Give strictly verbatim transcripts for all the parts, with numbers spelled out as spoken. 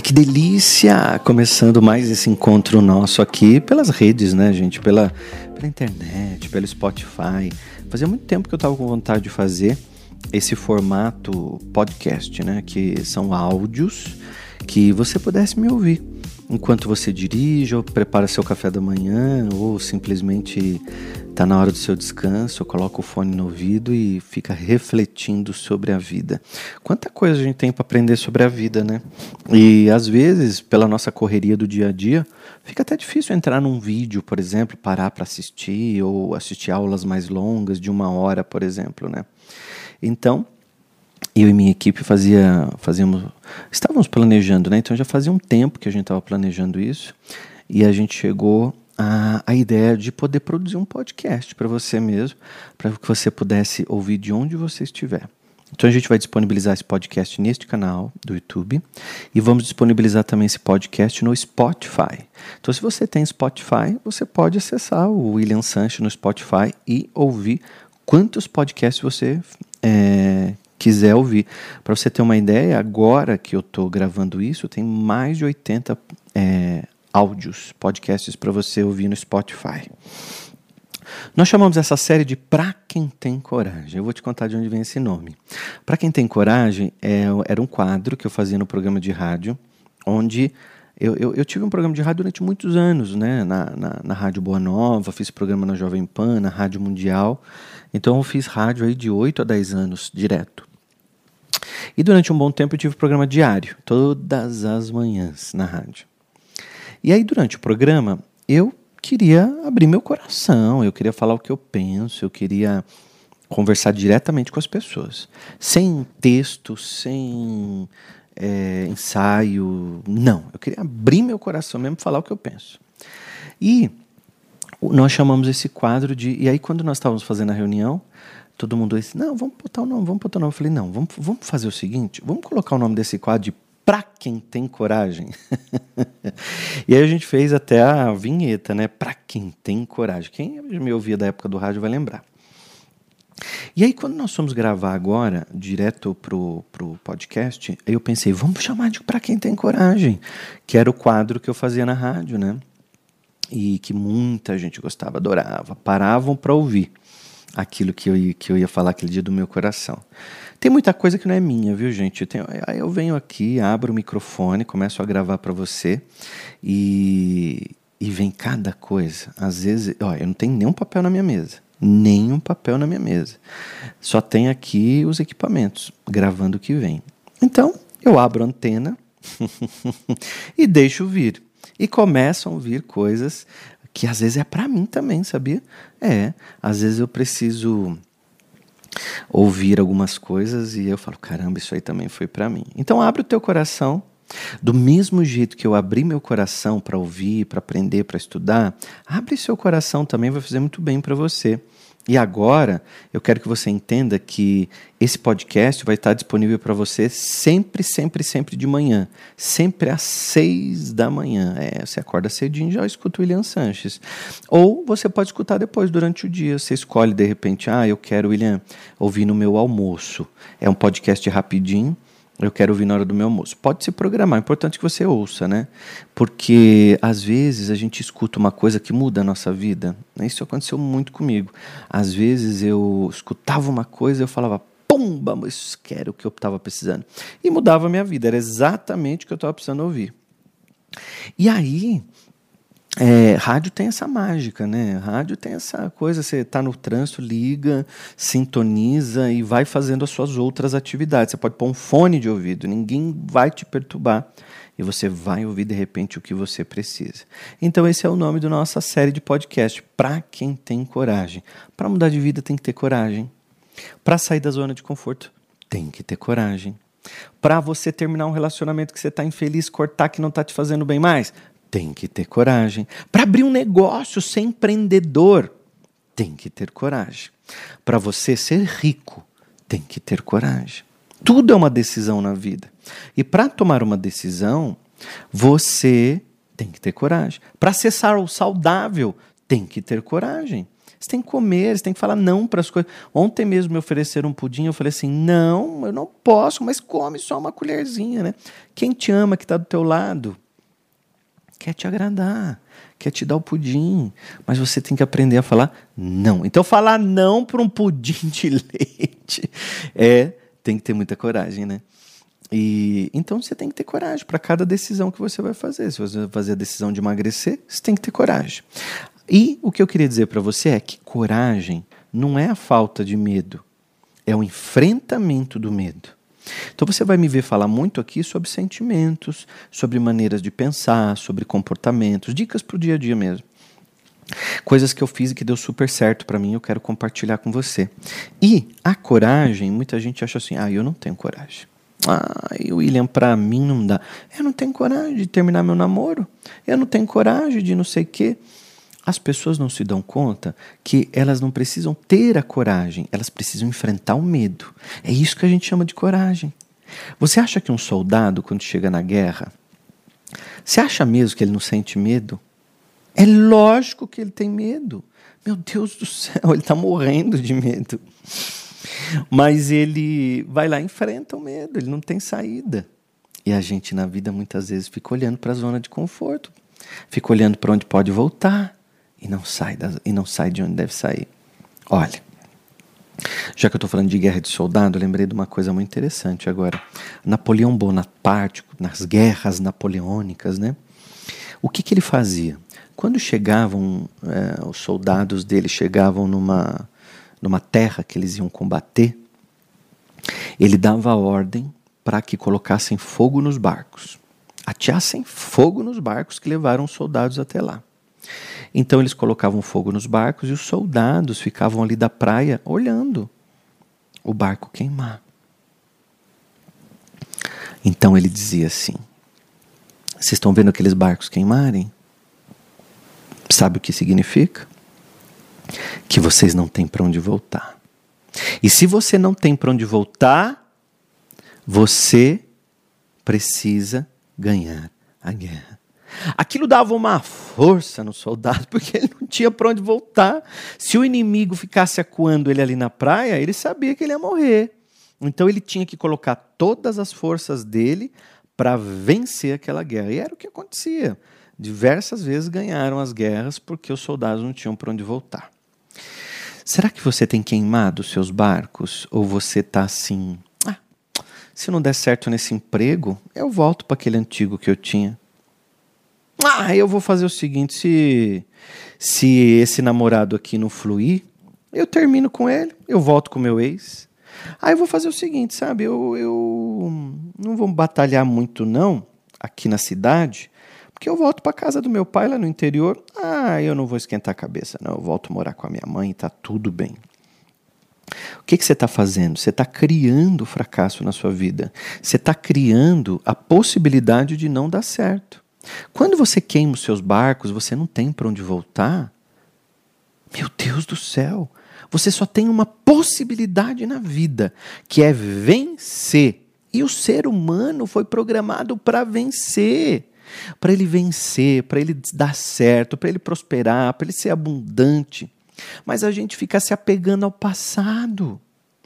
que delícia! Começando mais esse encontro nosso aqui pelas redes, né, gente? Pela, pela internet, pelo Spotify. Fazia muito tempo que eu estava com vontade de fazer esse formato podcast, né? Que são áudios que você pudesse me ouvir enquanto você dirige, ou prepara seu café da manhã, ou simplesmente está na hora do seu descanso, coloca o fone no ouvido e fica refletindo sobre a vida. Quanta coisa a gente tem para aprender sobre a vida, né? E às vezes, pela nossa correria do dia a dia, fica até difícil entrar num vídeo, por exemplo, parar para assistir, ou assistir aulas mais longas, de uma hora, por exemplo, né? Então, eu e minha equipe fazia, fazíamos, estávamos planejando, né? Então já fazia um tempo que a gente estava planejando isso, e a gente chegou a, a ideia de poder produzir um podcast para você mesmo, para que você pudesse ouvir de onde você estiver. Então a gente vai disponibilizar esse podcast neste canal do YouTube e vamos disponibilizar também esse podcast no Spotify. Então se você tem Spotify, você pode acessar o William Sanches no Spotify e ouvir quantos podcasts você é, quiser ouvir. Para você ter uma ideia, agora que eu estou gravando isso, tem mais de oitenta é, áudios, podcasts para você ouvir no Spotify. Nós chamamos essa série de Pra Quem Tem Coragem. Eu vou te contar de onde vem esse nome. Pra Quem Tem Coragem é, era um quadro que eu fazia no programa de rádio, onde eu, eu, eu tive um programa de rádio durante muitos anos, né? na, na, na Rádio Boa Nova, fiz programa na Jovem Pan, na Rádio Mundial. Então eu fiz rádio aí de oito a dez anos direto. E durante um bom tempo eu tive programa diário, todas as manhãs na rádio. E aí durante o programa eu queria abrir meu coração, eu queria falar o que eu penso, eu queria conversar diretamente com as pessoas. Sem texto, sem é, ensaio, não. Eu queria abrir meu coração mesmo, falar o que eu penso. E nós chamamos esse quadro de... E aí quando nós estávamos fazendo a reunião, todo mundo disse, não, vamos botar o nome, vamos botar o nome. Eu falei, não, vamos, vamos fazer o seguinte, vamos colocar o nome desse quadro de Pra Quem Tem Coragem. E aí a gente fez até a vinheta, né? Pra Quem Tem Coragem. Quem me ouvia da época do rádio vai lembrar. E aí quando nós fomos gravar agora, direto pro, pro podcast, eu pensei, vamos chamar de Pra Quem Tem Coragem, que era o quadro que eu fazia na rádio, né? E que muita gente gostava, adorava, paravam para ouvir aquilo que eu, ia, que eu ia falar aquele dia do meu coração. Tem muita coisa que não é minha, viu, gente? Eu, tenho, aí eu venho aqui, abro o microfone, começo a gravar para você e, e vem cada coisa. Às vezes, ó, eu não tenho nenhum papel na minha mesa, nenhum papel na minha mesa. Só tem aqui os equipamentos, gravando o que vem. Então, eu abro a antena e deixo vir. E começam a vir coisas que às vezes é para mim também, sabia? É, às vezes eu preciso ouvir algumas coisas e eu falo, caramba, isso aí também foi para mim. Então abre o teu coração, do mesmo jeito que eu abri meu coração para ouvir, para aprender, para estudar, abre seu coração também, vai fazer muito bem para você. E agora, eu quero que você entenda que esse podcast vai estar disponível para você sempre, sempre, sempre de manhã. Sempre às seis da manhã. É, você acorda cedinho e já escuta o William Sanches. Ou você pode escutar depois, durante o dia. Você escolhe, de repente, ah, eu quero, William, ouvir no meu almoço. É um podcast rapidinho. Eu quero ouvir na hora do meu almoço. Pode se programar, é importante que você ouça, né? Porque, às vezes, a gente escuta uma coisa que muda a nossa vida. Isso aconteceu muito comigo. Às vezes, eu escutava uma coisa e eu falava, pumba, mas quero o que eu estava precisando. E mudava a minha vida, era exatamente o que eu estava precisando ouvir. E aí... É, rádio tem essa mágica, né? Rádio tem essa coisa, você está no trânsito, liga, sintoniza e vai fazendo as suas outras atividades. Você pode pôr um fone de ouvido, ninguém vai te perturbar e você vai ouvir de repente o que você precisa. Então esse é o nome da nossa série de podcast, Pra Quem Tem Coragem. Para mudar de vida tem que ter coragem. Para sair da zona de conforto tem que ter coragem. Para você terminar um relacionamento que você está infeliz, cortar que não está te fazendo bem mais, tem que ter coragem. Para abrir um negócio, ser empreendedor, tem que ter coragem. Para você ser rico, tem que ter coragem. Tudo é uma decisão na vida. E para tomar uma decisão, você tem que ter coragem. Para ser saudável, tem que ter coragem. Você tem que comer, você tem que falar não para as coisas. Ontem mesmo me ofereceram um pudim, eu falei assim, não, eu não posso, mas come só uma colherzinha, né? Quem te ama, que está do teu lado, quer te agradar, quer te dar o pudim, mas você tem que aprender a falar não. Então falar não para um pudim de leite, é, tem que ter muita coragem, né? E, então você tem que ter coragem para cada decisão que você vai fazer. Se você vai fazer a decisão de emagrecer, você tem que ter coragem. E o que eu queria dizer para você é que coragem não é a falta de medo, é o enfrentamento do medo. Então você vai me ver falar muito aqui sobre sentimentos, sobre maneiras de pensar, sobre comportamentos, dicas para o dia a dia mesmo. Coisas que eu fiz e que deu super certo para mim, eu quero compartilhar com você. E a coragem, muita gente acha assim, ah, eu não tenho coragem. Ah, William, para mim não dá. Eu não tenho coragem de terminar meu namoro. Eu não tenho coragem de não sei o quê. As pessoas não se dão conta que elas não precisam ter a coragem, elas precisam enfrentar o medo. É isso que a gente chama de coragem. Você acha que um soldado, quando chega na guerra, você acha mesmo que ele não sente medo? É lógico que ele tem medo. Meu Deus do céu, ele está morrendo de medo. Mas ele vai lá e enfrenta o medo, ele não tem saída. E a gente na vida muitas vezes fica olhando para a zona de conforto, fica olhando para onde pode voltar e não sai da, e não sai de onde deve sair. Olha, já que eu estou falando de guerra de soldado, eu lembrei de uma coisa muito interessante agora. Napoleão Bonaparte, nas guerras napoleônicas, né? O que, que ele fazia? Quando chegavam, é, os soldados dele chegavam numa... numa terra que eles iam combater, ele dava a ordem para que colocassem fogo nos barcos. Ateassem fogo nos barcos que levaram os soldados até lá. Então eles colocavam fogo nos barcos e os soldados ficavam ali da praia olhando o barco queimar. Então ele dizia assim, vocês estão vendo aqueles barcos queimarem? Sabe o que significa? Que vocês não têm para onde voltar. E se você não tem para onde voltar, você precisa ganhar a guerra. Aquilo dava uma força no soldado, porque ele não tinha para onde voltar. Se o inimigo ficasse acuando ele ali na praia, ele sabia que ele ia morrer. Então ele tinha que colocar todas as forças dele para vencer aquela guerra. E era o que acontecia. Diversas vezes ganharam as guerras porque os soldados não tinham para onde voltar. Será que você tem queimado os seus barcos? Ou você está assim, ah, se não der certo nesse emprego, eu volto para aquele antigo que eu tinha. Ah, eu vou fazer o seguinte, se, se esse namorado aqui não fluir, eu termino com ele, eu volto com o meu ex. Ah, eu vou fazer o seguinte, sabe, eu, eu não vou batalhar muito não, aqui na cidade, porque eu volto para casa do meu pai lá no interior. Ah, eu não vou esquentar a cabeça, não. Eu volto a morar com a minha mãe e está tudo bem. O que, que você está fazendo? Você está criando fracasso na sua vida. Você está criando a possibilidade de não dar certo. Quando você queima os seus barcos, você não tem para onde voltar. Meu Deus do céu. Você só tem uma possibilidade na vida, que é vencer. E o ser humano foi programado para vencer. Para ele vencer, para ele dar certo, para ele prosperar, para ele ser abundante. Mas a gente fica se apegando ao passado.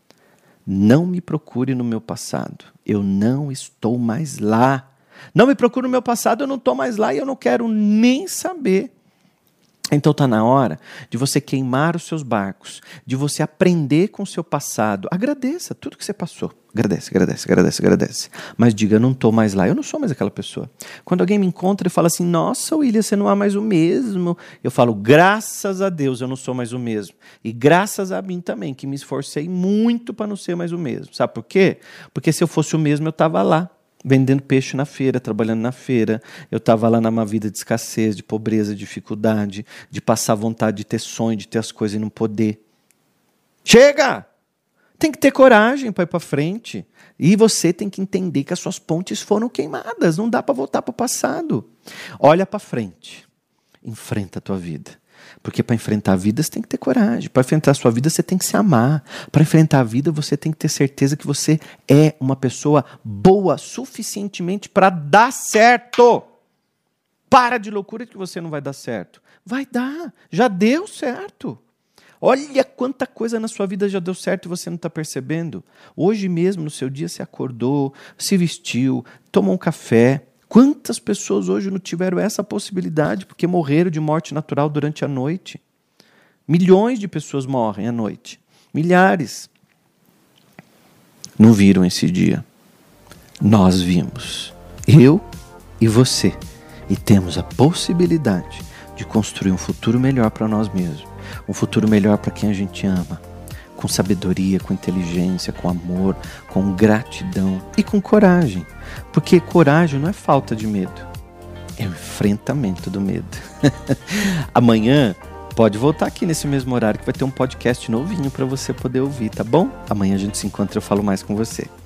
Não me procure no meu passado. Eu não estou mais lá. Não me procure no meu passado, eu não estou mais lá e eu não quero nem saber. Então está na hora de você queimar os seus barcos, de você aprender com o seu passado. Agradeça tudo que você passou. Agradece, agradece, agradece, agradece. Mas diga, eu não estou mais lá, eu não sou mais aquela pessoa. Quando alguém me encontra e fala assim, nossa, William, você não é mais o mesmo. Eu falo, graças a Deus eu não sou mais o mesmo. E graças a mim também, que me esforcei muito para não ser mais o mesmo. Sabe por quê? Porque se eu fosse o mesmo, eu estava lá. Vendendo peixe na feira, trabalhando na feira. Eu estava lá numa vida de escassez, de pobreza, de dificuldade, de passar vontade de ter sonho, de ter as coisas e não poder. Chega! Tem que ter coragem para ir para frente. E você tem que entender que as suas pontes foram queimadas. Não dá para voltar para o passado. Olha para frente. Enfrenta a tua vida. Porque para enfrentar a vida você tem que ter coragem. Para enfrentar a sua vida você tem que se amar. Para enfrentar a vida você tem que ter certeza que você é uma pessoa boa suficientemente para dar certo. Para de loucura que você não vai dar certo. Vai dar. Já deu certo. Olha quanta coisa na sua vida já deu certo e você não está percebendo. Hoje mesmo, no seu dia, você acordou, se vestiu, tomou um café. Quantas pessoas hoje não tiveram essa possibilidade porque morreram de morte natural durante a noite? Milhões de pessoas morrem à noite. Milhares. Não viram esse dia. Nós vimos. Eu e você. E temos a possibilidade de construir um futuro melhor para nós mesmos. Um futuro melhor para quem a gente ama. Com sabedoria, com inteligência, com amor, com gratidão e com coragem. Porque coragem não é falta de medo. É o enfrentamento do medo. Amanhã pode voltar aqui nesse mesmo horário que vai ter um podcast novinho para você poder ouvir, tá bom? Amanhã a gente se encontra e eu falo mais com você.